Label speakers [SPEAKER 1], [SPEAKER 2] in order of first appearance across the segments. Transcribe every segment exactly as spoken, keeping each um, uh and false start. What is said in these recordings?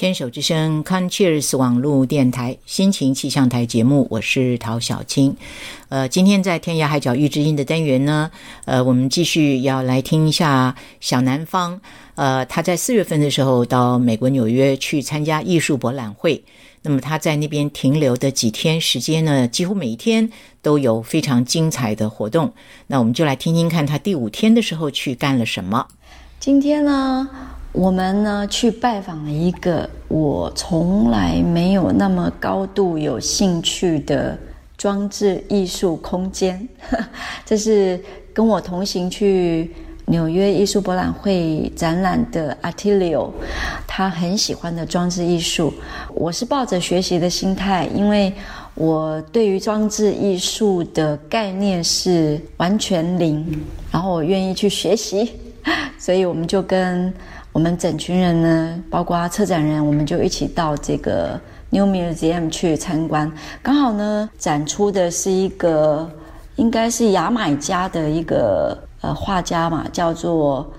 [SPEAKER 1] 牵手之声 Concheers 网络电台心情气象台节目，我是陶小青。呃，今天在天涯海角遇知音的单元呢，呃，我们继续要来听一下小南方。呃，他在四月份的时候到美国纽约去参加艺术博览会。那么他在那边停留的几天时间呢，几乎每一天都有非常精彩的活动。那我们就来听听看他第五天的时候去干了什么。
[SPEAKER 2] 今天呢，我们呢去拜访了一个我从来没有那么高度有兴趣的装置艺术空间。这是跟我同行去纽约艺术博览会展览的 Attilio， 他很喜欢的装置艺术。我是抱着学习的心态，因为我对于装置艺术的概念是完全零，然后我愿意去学习，所以我们就跟我们整群人呢，包括策展人，我们就一起到这个 New Museum 去参观。刚好呢，展出的是一个应该是牙买加的一个呃画家嘛，叫做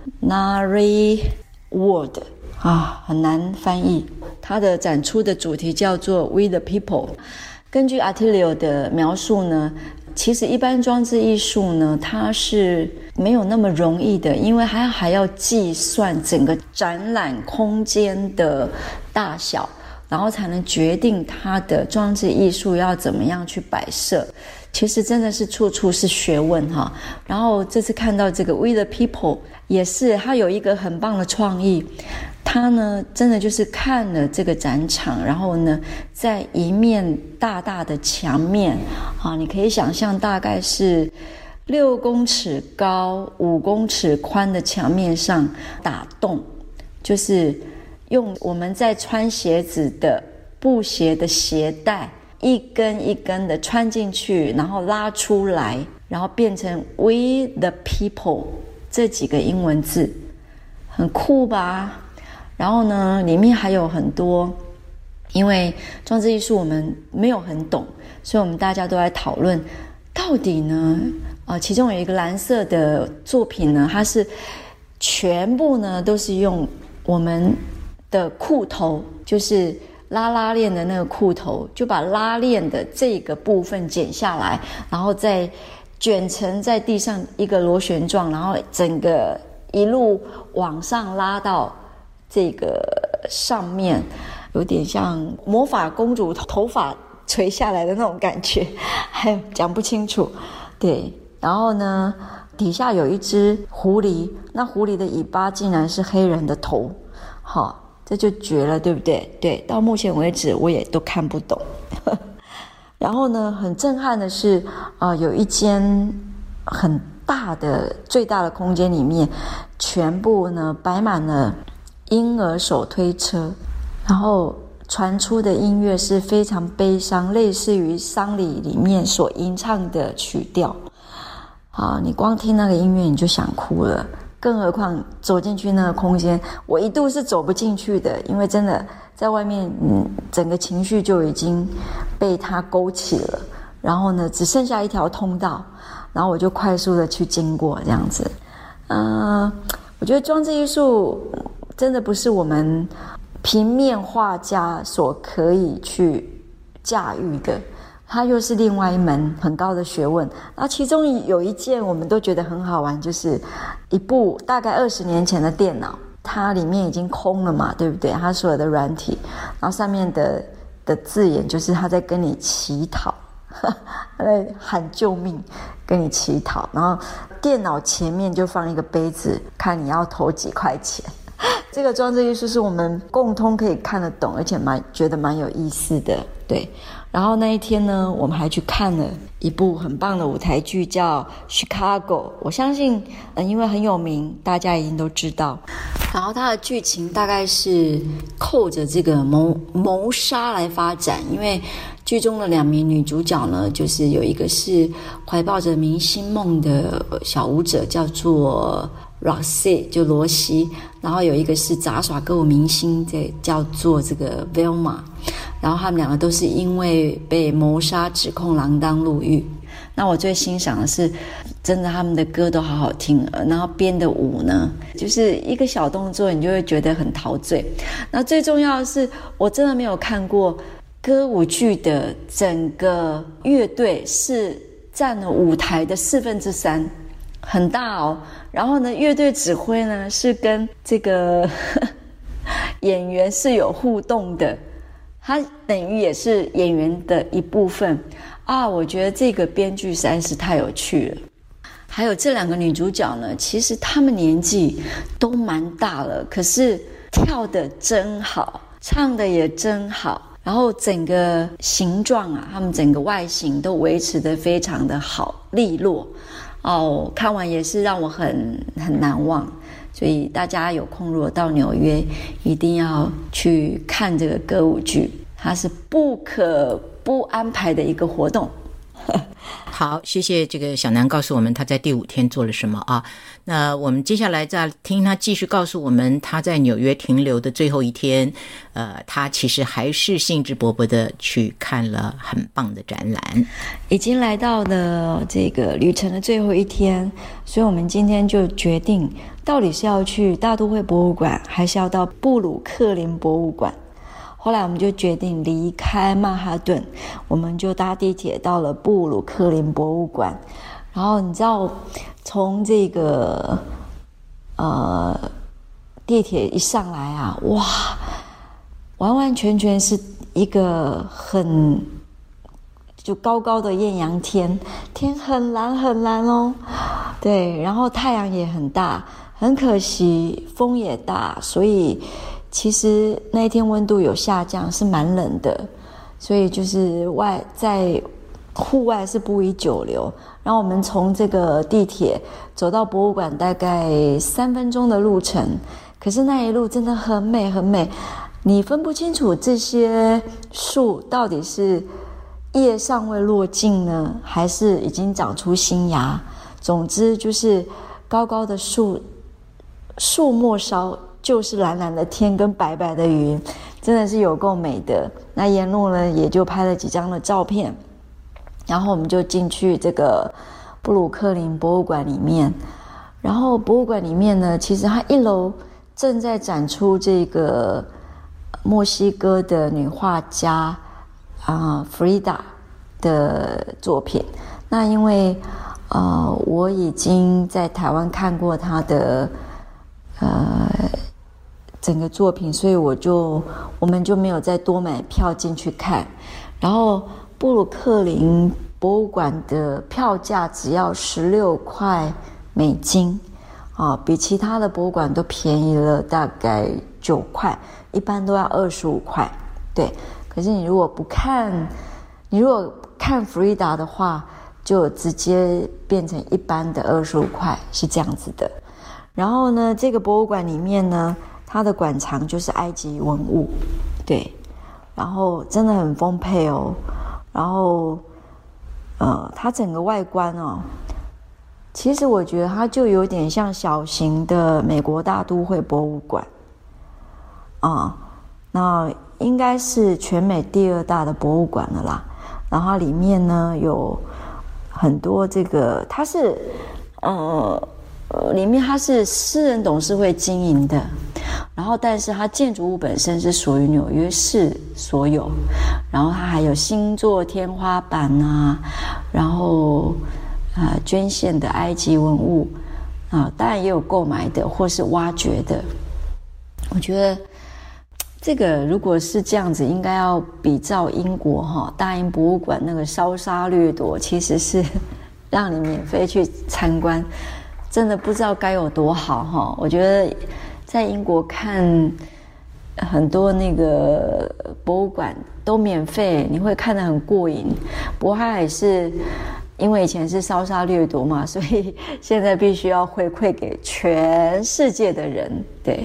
[SPEAKER 2] Nari Ward 啊，很难翻译。他的展出的主题叫做 We the People。根据 Attilio 的描述呢，其实一般装置艺术呢，它是没有那么容易的，因为还还要计算整个展览空间的大小，然后才能决定它的装置艺术要怎么样去摆设。其实真的是处处是学问哈。然后这次看到这个 We the People 也是，它有一个很棒的创意。他呢，真的就是看了这个展场，然后呢，在一面大大的墙面啊，你可以想象大概是六公尺高、五公尺宽的墙面上打洞，就是用我们在穿鞋子的布鞋的鞋带一根一根的穿进去，然后拉出来，然后变成 We the People 这几个英文字，很酷吧？然后呢，里面还有很多，因为装置艺术我们没有很懂，所以我们大家都在讨论，到底呢，呃，其中有一个蓝色的作品呢，它是全部呢都是用我们的裤头，就是拉拉链的那个裤头，就把拉链的这个部分剪下来，然后再卷成在地上一个螺旋状，然后整个一路往上拉到这个上面，有点像魔法公主头发垂下来的那种感觉，还讲不清楚。对，然后呢，底下有一只狐狸，那狐狸的尾巴竟然是黑人的头，好，这就绝了，对不对？对，到目前为止我也都看不懂。然后呢，很震撼的是，呃，有一间很大的、最大的空间里面，全部呢摆满了婴儿手推车，然后传出的音乐是非常悲伤，类似于丧礼里面所吟唱的曲调啊，你光听那个音乐你就想哭了，更何况走进去那个空间，我一度是走不进去的，因为真的在外面，嗯，整个情绪就已经被它勾起了，然后呢，只剩下一条通道，然后我就快速的去经过这样子。呃，我觉得装置艺术真的不是我们平面画家所可以去驾驭的，它又是另外一门很高的学问。那其中有一件我们都觉得很好玩，就是一部大概二十年前的电脑，它里面已经空了嘛，对不对？它所有的软体，然后上面的的字眼就是他在跟你乞讨，他在喊救命，跟你乞讨，然后电脑前面就放一个杯子，看你要投几块钱。这个装置艺术是我们共通可以看得懂，而且蛮觉得蛮有意思的，对。然后那一天呢，我们还去看了一部很棒的舞台剧，叫 Chicago。我相信，呃，因为很有名，大家一定都知道。然后它的剧情大概是扣着这个谋谋杀来发展，因为剧中的两名女主角呢，就是有一个是怀抱着明星梦的小舞者，叫做Roxy 就罗西，然后有一个是杂耍歌舞明星，这叫做这个 Velma， 然后他们两个都是因为被谋杀指控锒铛入狱。 那我最欣赏的是，真的他们的歌都好好听，然后编的舞呢，就是一个小动作，你就会觉得很陶醉。那最重要的是，我真的没有看过歌舞剧的整个乐队是占了舞台的四分之三，很大哦。然后呢，乐队指挥呢是跟这个演员是有互动的，他等于也是演员的一部分啊。我觉得这个编剧实在是太有趣了。还有这两个女主角呢，其实她们年纪都蛮大了，可是跳得真好，唱得也真好，然后整个形状啊，她们整个外形都维持得非常的好，利落哦，看完也是让我很很难忘。所以大家有空如果到纽约，一定要去看这个歌舞剧，它是不可不安排的一个活动。
[SPEAKER 1] 好，谢谢这个小南告诉我们他在第五天做了什么啊。那我们接下来再听他继续告诉我们他在纽约停留的最后一天，呃，他其实还是兴致勃勃的去看了很棒的展览。
[SPEAKER 2] 已经来到了这个旅程的最后一天，所以我们今天就决定到底是要去大都会博物馆，还是要到布鲁克林博物馆。后来我们就决定离开曼哈顿，我们就搭地铁到了布鲁克林博物馆。然后你知道，从这个呃地铁一上来啊，哇，完完全全是一个很就高高的艳阳天，天很蓝很蓝哦，对，然后太阳也很大，很可惜风也大，所以其实那一天温度有下降，是蛮冷的，所以就是外在户外是不宜久留。然后我们从这个地铁走到博物馆大概三分钟的路程，可是那一路真的很美很美，你分不清楚这些树到底是叶尚未落尽呢，还是已经长出新芽。总之就是高高的树，树末梢就是蓝蓝的天跟白白的云，真的是有够美的。那沿路呢也就拍了几张的照片，然后我们就进去这个布鲁克林博物馆里面。然后博物馆里面呢，其实它一楼正在展出这个墨西哥的女画家啊、呃、Frida 的作品。那因为呃我已经在台湾看过她的呃整个作品，所以我就我们就没有再多买票进去看。然后布鲁克林博物馆的票价只要十六块美金啊，比其他的博物馆都便宜了大概九块，一般都要二十五块。对，可是你如果不看，你如果看 Frida 的话，就直接变成一般的二十五块，是这样子的。然后呢，这个博物馆里面呢，它的馆藏就是埃及文物，对，然后真的很丰沛哦。然后，呃，它整个外观哦，其实我觉得它就有点像小型的美国大都会博物馆，啊、嗯，那应该是全美第二大的博物馆了啦。然后它里面呢有很多这个，它是，呃。呃，里面它是私人董事会经营的，然后但是它建筑物本身是属于纽约市所有，然后它还有星座天花板啊，然后呃捐献的埃及文物啊，当然也有购买的或是挖掘的。我觉得这个如果是这样子，应该要比照英国哈大英博物馆那个烧杀掠夺，其实是让你免费去参观。真的不知道该有多好哈！我觉得在英国看很多那个博物馆都免费，你会看得很过瘾。不过它也是因为以前是烧杀掠夺嘛，所以现在必须要回馈给全世界的人。对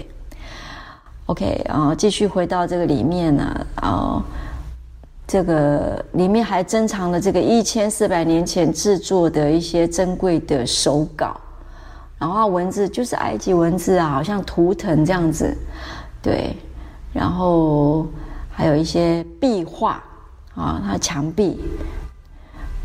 [SPEAKER 2] ，OK， 然后继续回到这个里面呢，啊，这个里面还珍藏了这个一千四百年前制作的一些珍贵的手稿。然后文字就是埃及文字啊，好像图腾这样子，对。然后还有一些壁画啊，它墙壁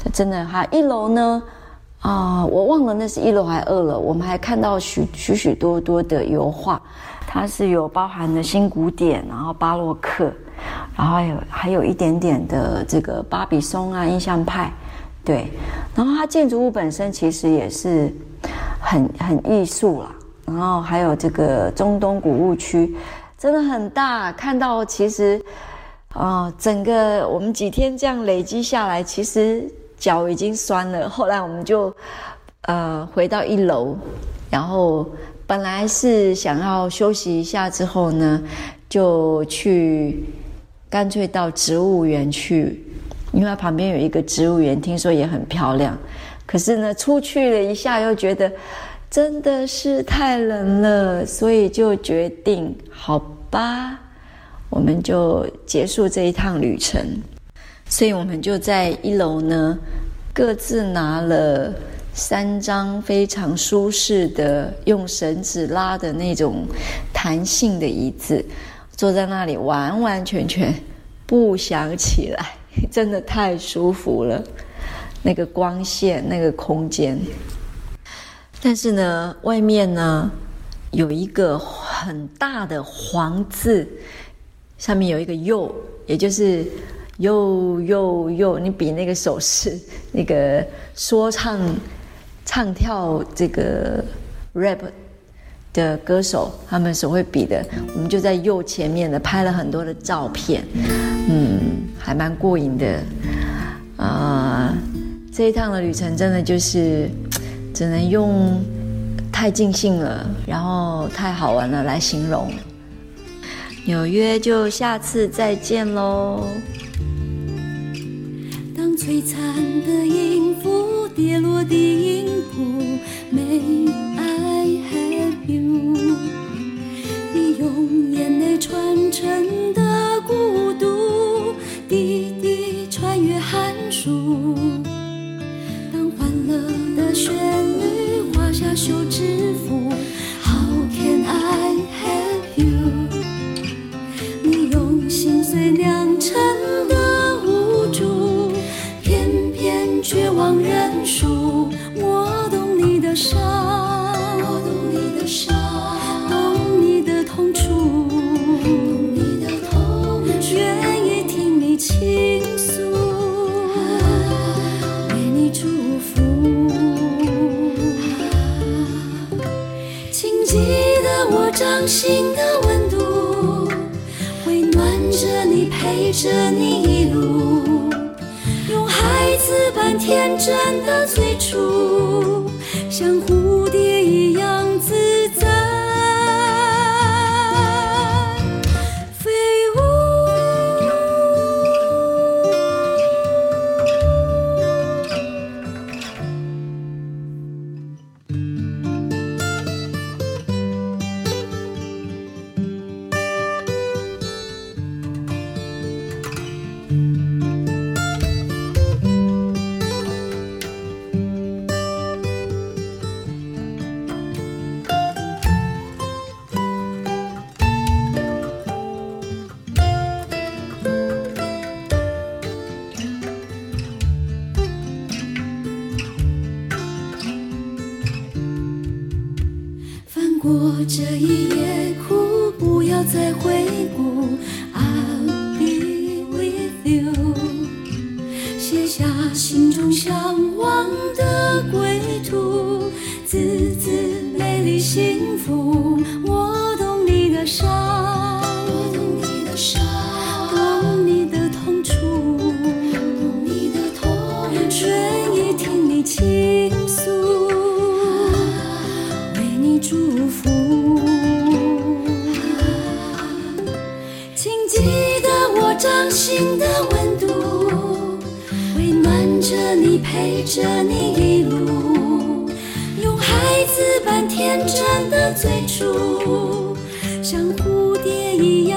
[SPEAKER 2] 真的哈，一楼呢，啊、呃，我忘了那是一楼还二楼，我们还看到许许许多多的油画，它是有包含了新古典，然后巴洛克，然后还有还有一点点的这个巴比松啊、印象派，对，然后它建筑物本身其实也是很很艺术啦，然后还有这个中东古物区真的很大，看到其实啊、呃，整个我们几天这样累积下来，其实脚已经酸了。后来我们就呃回到一楼，然后本来是想要休息一下，之后呢，就去干脆到植物园去，因为旁边有一个植物园，听说也很漂亮。可是呢，出去了一下又觉得真的是太冷了，所以就决定好吧，我们就结束这一趟旅程。所以我们就在一楼呢，各自拿了三张非常舒适的用绳子拉的那种弹性的椅子，坐在那里完完全全不想起来，真的太舒服了，那个光线，那个空间。但是呢，外面呢有一个很大的黄字，上面有一个右，也就是右右右，你比那个手势，那个说唱唱跳这个 rap 的歌手他们手会比的，我们就在右前面的拍了很多的照片，嗯，还蛮过瘾的。啊、呃，这一趟的旅程真的就是只能用太尽兴了，然后太好玩了来形容。纽约就下次再见咯。
[SPEAKER 3] 当璀璨的音符跌落地音谱 May I have you， 你用眼泪传承的孤独滴滴穿越寒暑，当欢乐的旋律画下休止符 How can I have you， 你用心碎酿成的无助偏偏绝望认输，我懂你的伤，我懂你的伤，懂你的痛楚，懂你的痛楚，愿意听你倾诉，为你祝福。请记得我掌心的温度，会暖着你，陪着你一路，用孩子般天真的最初，像蝴蝶一样自在飞舞。过这一夜哭，不要再回顾 I'll be with you， 写下心中向往的归途，字字美丽幸福。我懂你的伤，我懂你的伤，懂你的痛楚，懂你的痛楚，愿意听你倾诉，为你祝福。请记得我掌心的温度，会暖着你，陪着你一路，用孩子般天真的最初，像蝴蝶一样